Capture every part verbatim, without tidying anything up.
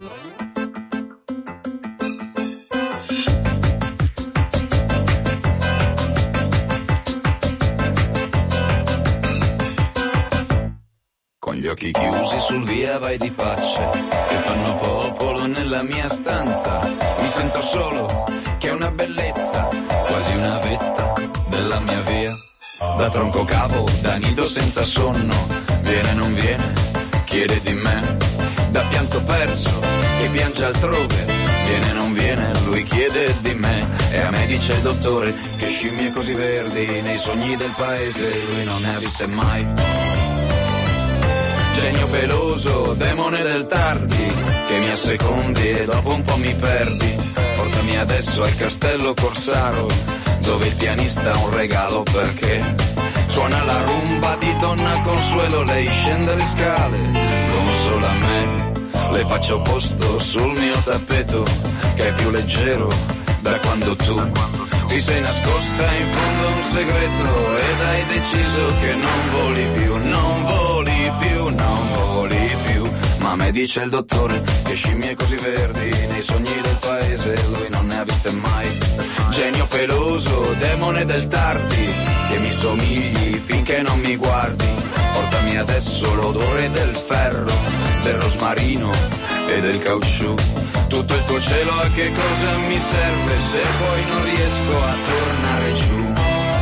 Con gli occhi chiusi sul via vai di faccia che fanno popolo nella mia stanza. Mi sento solo, che è una bellezza, quasi una vetta della mia via. Da tronco capo, da nido senza sonno, viene non viene, chiede di me. Da pianto perso, che piange altrove, viene non viene, lui chiede di me. E a me dice il dottore che scimmie così verdi nei sogni del paese lui non ne ha viste mai. Genio peloso, demone del tardi, che mi assecondi e dopo un po' mi perdi. Portami adesso al castello Corsaro, dove il pianista ha un regalo perché suona la rumba di Donna Consuelo. Lei scende le scale, consola me, le faccio posto sul mio tappeto, che è più leggero da quando tu ti sei nascosta in fondo a un segreto ed hai deciso che non voli più, non voli più, non voli più. Ma a me dice il dottore che scimmie così verdi nei sogni del paese lui non ne ha viste mai. Genio peloso, demone del tardi, che mi somigli finché non mi guardi. Portami adesso l'odore del ferro, del rosmarino e del caucciù. Tutto il tuo cielo a che cosa mi serve se poi non riesco a tornare giù.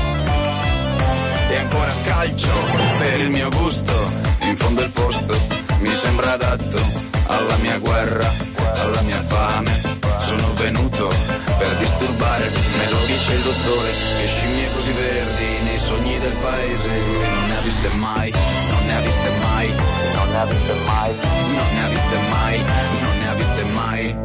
E ancora scalcio per il mio gusto, in fondo il posto mi sembra adatto alla mia guerra, alla mia fame. Sono venuto per disturbare, me lo dice il dottore, che scimmie così verdi nei sogni del paese lui non ne ha viste mai, non ne ha viste mai, non ne ha viste mai, non ne ha viste mai, non ne ha viste mai.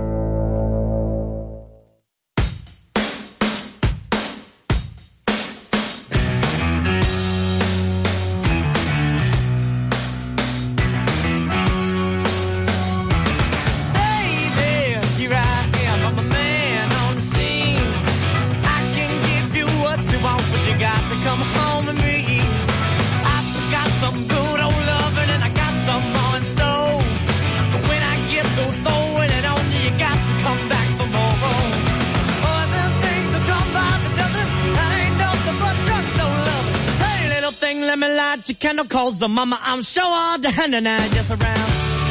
Let me light your candle, cause the mama I'm sure all the hand and I just around.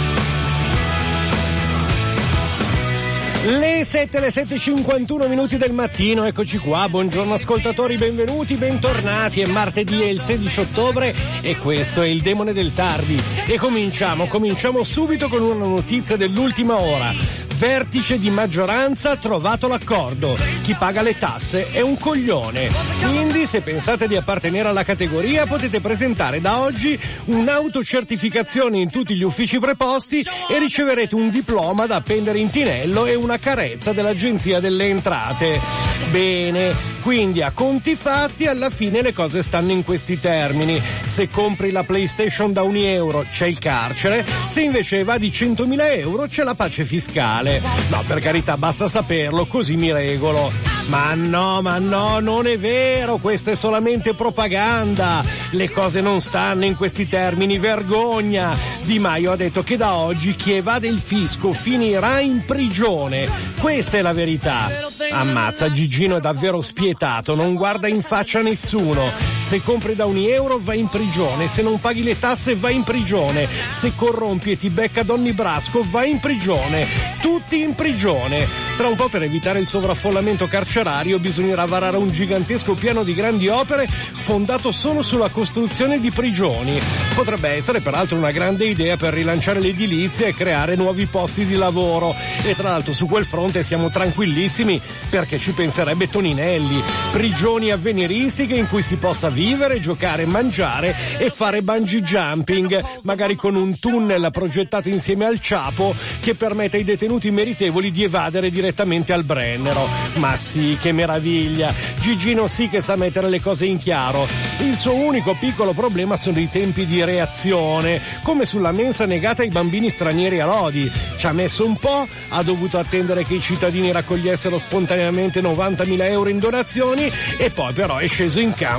Le sette, le sette e cinquantuno minuti del mattino, eccoci qua, buongiorno ascoltatori, benvenuti, bentornati, è martedì, è il sedici ottobre e questo è il Demone del Tardi. E cominciamo, cominciamo subito con una notizia dell'ultima ora. Vertice di maggioranza ha trovato l'accordo. Chi paga le tasse è un coglione. Quindi, se pensate di appartenere alla categoria, potete presentare da oggi un'autocertificazione in tutti gli uffici preposti e riceverete un diploma da appendere in tinello e una carezza dell'Agenzia delle Entrate. Bene, quindi a conti fatti alla fine le cose stanno in questi termini. Se compri la PlayStation da un euro c'è il carcere, se invece va di centomila euro c'è la pace fiscale. No, per carità, basta saperlo, così mi regolo. Ma no, ma no, non è vero, questa è solamente propaganda. Le cose non stanno in questi termini, vergogna. Di Maio ha detto che da oggi chi evade il fisco finirà in prigione. Questa è la verità. Ammazza, Gigino è davvero spietato, non guarda in faccia nessuno. Se compri da un euro vai in prigione, se non paghi le tasse vai in prigione, se corrompi e ti becca Donny Brasco vai in prigione, tutti in prigione. Tra un po', per evitare il sovraffollamento carcerario, bisognerà varare un gigantesco piano di grandi opere fondato solo sulla costruzione di prigioni. Potrebbe essere peraltro una grande idea per rilanciare l'edilizia e creare nuovi posti di lavoro. E tra l'altro su quel fronte siamo tranquillissimi perché ci penserebbe Toninelli. Prigioni avveniristiche in cui si possa vivere, giocare, mangiare e fare bungee jumping, magari con un tunnel progettato insieme al Ciapo che permette ai detenuti meritevoli di evadere direttamente al Brennero. Ma sì, che meraviglia! Gigino sì che sa mettere le cose in chiaro. Il suo unico piccolo problema sono i tempi di reazione, come sulla mensa negata ai bambini stranieri a Lodi. Ci ha messo un po', ha dovuto attendere che i cittadini raccogliessero spontaneamente novantamila euro in donazioni e poi però è sceso in campo per mettere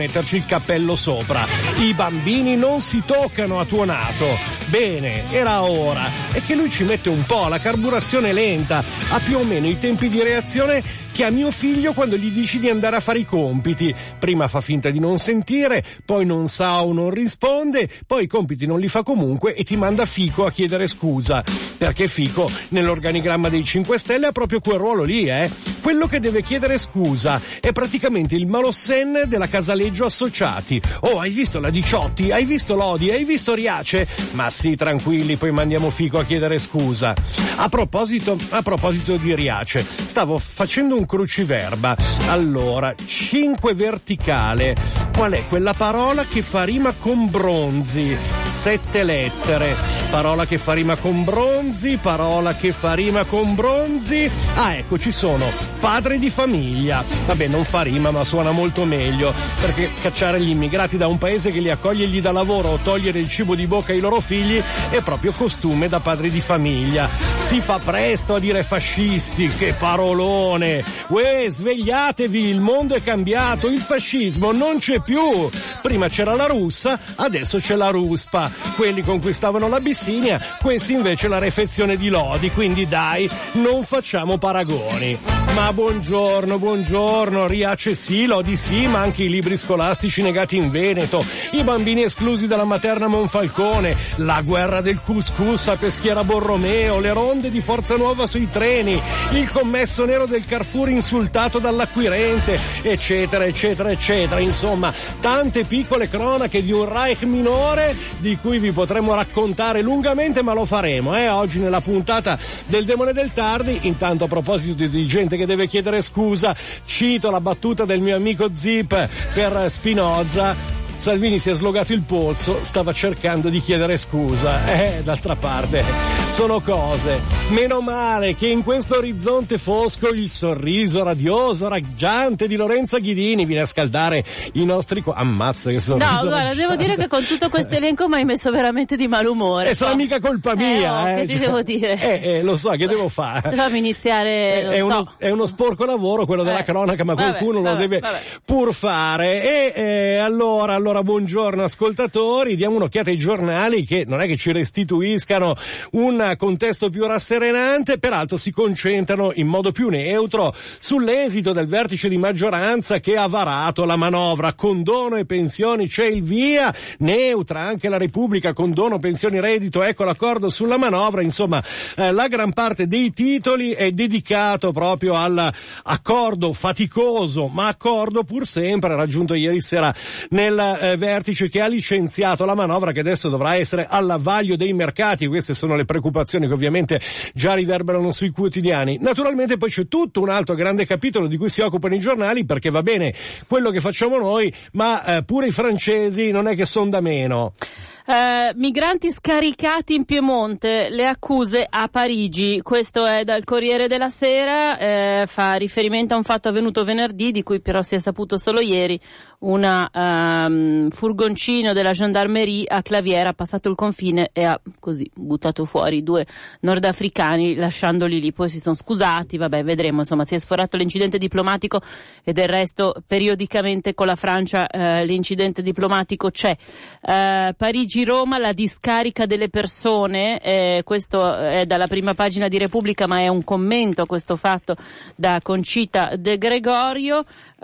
metterci il cappello sopra. I bambini non si toccano a tuonato. Bene, era ora. È che lui ci mette un po', la carburazione è lenta, ha più o meno i tempi di reazione che a mio figlio quando gli dici di andare a fare i compiti. Prima fa finta di non sentire, poi non sa o non risponde, poi i compiti non li fa comunque e ti manda Fico a chiedere scusa. Perché Fico nell'organigramma dei cinque Stelle ha proprio quel ruolo lì, eh? Quello che deve chiedere scusa è praticamente il Malossen della Casaleggio Associati. Oh, hai visto la Diciotti? Hai visto Lodi? Hai visto Riace? Ma sì, tranquilli, poi mandiamo Fico a chiedere scusa. A proposito, a proposito di Riace, stavo facendo un cruciverba. Allora, cinque verticale. Qual è quella parola che fa rima con bronzi? Sette lettere. Parola che fa rima con bronzi, parola che fa rima con bronzi. Ah, ecco, ci sono. Padre di famiglia. Vabbè, non fa rima, ma suona molto meglio, perché cacciare gli immigrati da un paese che li accoglie e gli dà lavoro o togliere il cibo di bocca ai loro figli è proprio costume da padri di famiglia. Si fa presto a dire fascisti, che parolone. Uè, svegliatevi, il mondo è cambiato, il fascismo non c'è più. Prima c'era la russa, adesso c'è la ruspa. Quelli conquistavano l'Abissinia, questi invece la refezione di Lodi, quindi dai, non facciamo paragoni. Ma buongiorno, buongiorno, Riace sì, Lodi sì, ma anche i libri scolastici negati in Veneto, i bambini esclusi dalla materna Monfalcone, la guerra del couscous a Peschiera Borromeo, le ronde di Forza Nuova sui treni, il commesso nero del Carrefour insultato dall'acquirente, eccetera, eccetera, eccetera. Insomma, tante piccole cronache di un Reich minore di cui vi potremmo raccontare lungamente, ma lo faremo, eh, oggi nella puntata del Demone del Tardi. Intanto, a proposito di gente che deve chiedere scusa, cito la battuta del mio amico Zip per Spinoza. Salvini si è slogato il polso, stava cercando di chiedere scusa. Eh, d'altra parte, sono cose. Meno male che in questo orizzonte fosco il sorriso radioso, raggiante di Lorenza Ghidini viene a scaldare i nostri cuori. Ammazza che sorriso. No, guarda, raggiante. Devo dire che con tutto questo elenco mi hai messo veramente di malumore. E sarà mica colpa mia, eh. Oh, eh. Che ti devo dire? Eh, eh, lo so, che devo fare? Fammi iniziare, lo è, so. uno, è uno sporco lavoro quello della eh. cronaca, ma vabbè, qualcuno vabbè, lo deve vabbè. pur fare. E eh, allora, allora, buongiorno ascoltatori, diamo un'occhiata ai giornali che non è che ci restituiscano un contesto più rasserenante, peraltro si concentrano in modo più neutro sull'esito del vertice di maggioranza che ha varato la manovra. Condono e pensioni, c'è il via, neutra anche la Repubblica, condono, pensioni, reddito, ecco l'accordo sulla manovra. Insomma, eh, la gran parte dei titoli è dedicato proprio all'accordo faticoso, ma accordo pur sempre raggiunto ieri sera nel eh, vertice che ha licenziato la manovra, che adesso dovrà essere al vaglio dei mercati. Queste sono le preoccupazioni che ovviamente già riverberano sui quotidiani. Naturalmente poi c'è tutto un altro grande capitolo di cui si occupano i giornali, perché va bene quello che facciamo noi, ma eh, pure i francesi non è che son da meno. Eh, migranti scaricati in Piemonte, le accuse a Parigi. Questo è dal Corriere della Sera, eh, fa riferimento a un fatto avvenuto venerdì, di cui però si è saputo solo ieri. Una um, furgoncino della gendarmerie a Claviera ha passato il confine e ha così buttato fuori due nordafricani lasciandoli lì. Poi si sono scusati, vabbè, vedremo. Insomma, si è sforato l'incidente diplomatico e del resto periodicamente con la Francia eh, l'incidente diplomatico c'è. Eh, Parigi-Roma, la discarica delle persone, eh, questo è dalla prima pagina di Repubblica, ma è un commento a questo fatto da Concita De Gregorio.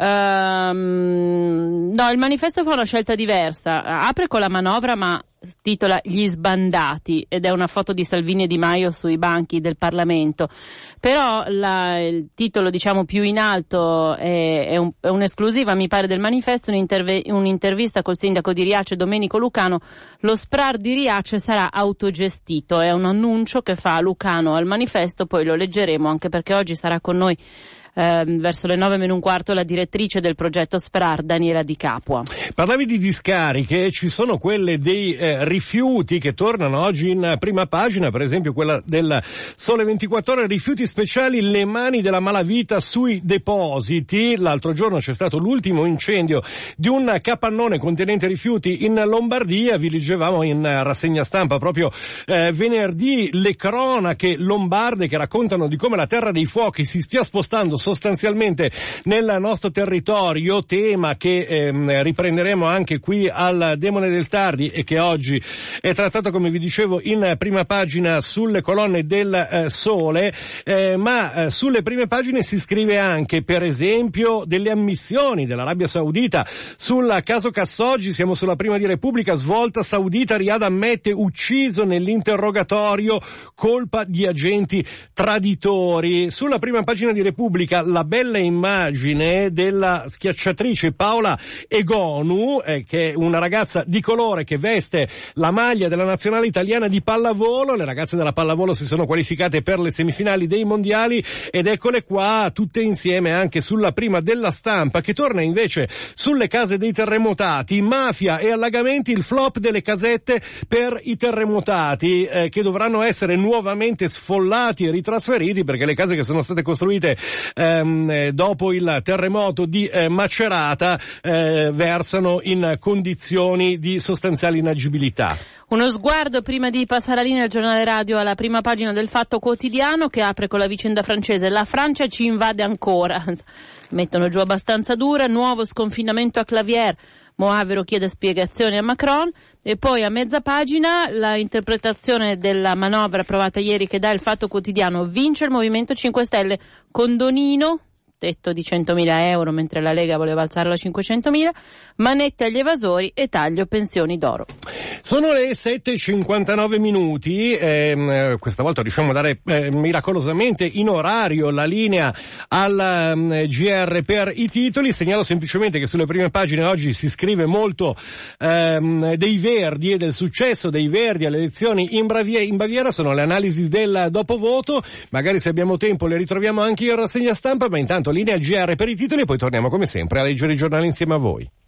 Um, no, il manifesto fa una scelta diversa, apre con la manovra ma titola Gli sbandati ed è una foto di Salvini e Di Maio sui banchi del Parlamento. Però la, il titolo diciamo più in alto è, è, un, è un'esclusiva, mi pare, del manifesto, un'interve, un'intervista col sindaco di Riace Domenico Lucano. Lo S P R A R di Riace sarà autogestito, è un annuncio che fa Lucano al manifesto, poi lo leggeremo anche perché oggi sarà con noi Eh, verso le nove meno un quarto la direttrice del progetto S P R A R, Daniela Di Capua. Parlavi di discariche, ci sono quelle dei eh, rifiuti che tornano oggi in prima pagina, per esempio quella del Sole ventiquattro Ore, rifiuti speciali, le mani della malavita sui depositi. L'altro giorno c'è stato l'ultimo incendio di un capannone contenente rifiuti in Lombardia, vi leggevamo in rassegna stampa proprio eh, venerdì le cronache lombarde che raccontano di come la terra dei fuochi si stia spostando sostanzialmente nel nostro territorio, tema che ehm, riprenderemo anche qui al Demone del Tardi e che oggi è trattato, come vi dicevo, in prima pagina sulle colonne del eh, Sole, eh, ma eh, sulle prime pagine si scrive anche, per esempio, delle ammissioni dell'Arabia Saudita sul caso Khashoggi. Siamo sulla prima di Repubblica, svolta saudita, Riyadh ammette ucciso nell'interrogatorio, colpa di agenti traditori. Sulla prima pagina di Repubblica la bella immagine della schiacciatrice Paola Egonu, eh, che è una ragazza di colore che veste la maglia della nazionale italiana di pallavolo. Le ragazze della pallavolo si sono qualificate per le semifinali dei mondiali ed eccole qua tutte insieme anche sulla prima della Stampa, che torna invece sulle case dei terremotati. Mafia e allagamenti, il flop delle casette per i terremotati, eh, che dovranno essere nuovamente sfollati e ritrasferiti, perché le case che sono state costruite ehm, dopo il terremoto di eh, Macerata eh, versano in condizioni di sostanziale inagibilità. Uno sguardo prima di passare la linea al giornale radio alla prima pagina del Fatto Quotidiano, che apre con la vicenda francese. La Francia ci invade ancora. Mettono giù abbastanza dura, nuovo sconfinamento a Clavière. Moavero chiede spiegazioni a Macron. E poi a mezza pagina la interpretazione della manovra approvata ieri, che dà il Fatto Quotidiano. Vince il Movimento cinque Stelle, condonino, tetto di centomila euro, mentre la Lega voleva alzarlo a cinquecentomila, manette agli evasori e taglio pensioni d'oro. Sono le sette e cinquantanove minuti, ehm, questa volta riusciamo a dare eh, miracolosamente in orario la linea al um, G R per i titoli. Segnalo semplicemente che sulle prime pagine oggi si scrive molto ehm, dei Verdi e del successo dei Verdi alle elezioni in, Bravie- in Baviera. Sono le analisi del dopovoto, magari se abbiamo tempo le ritroviamo anche in rassegna stampa, ma intanto linea al G R per i titoli e poi torniamo come sempre a leggere i giornali insieme a voi.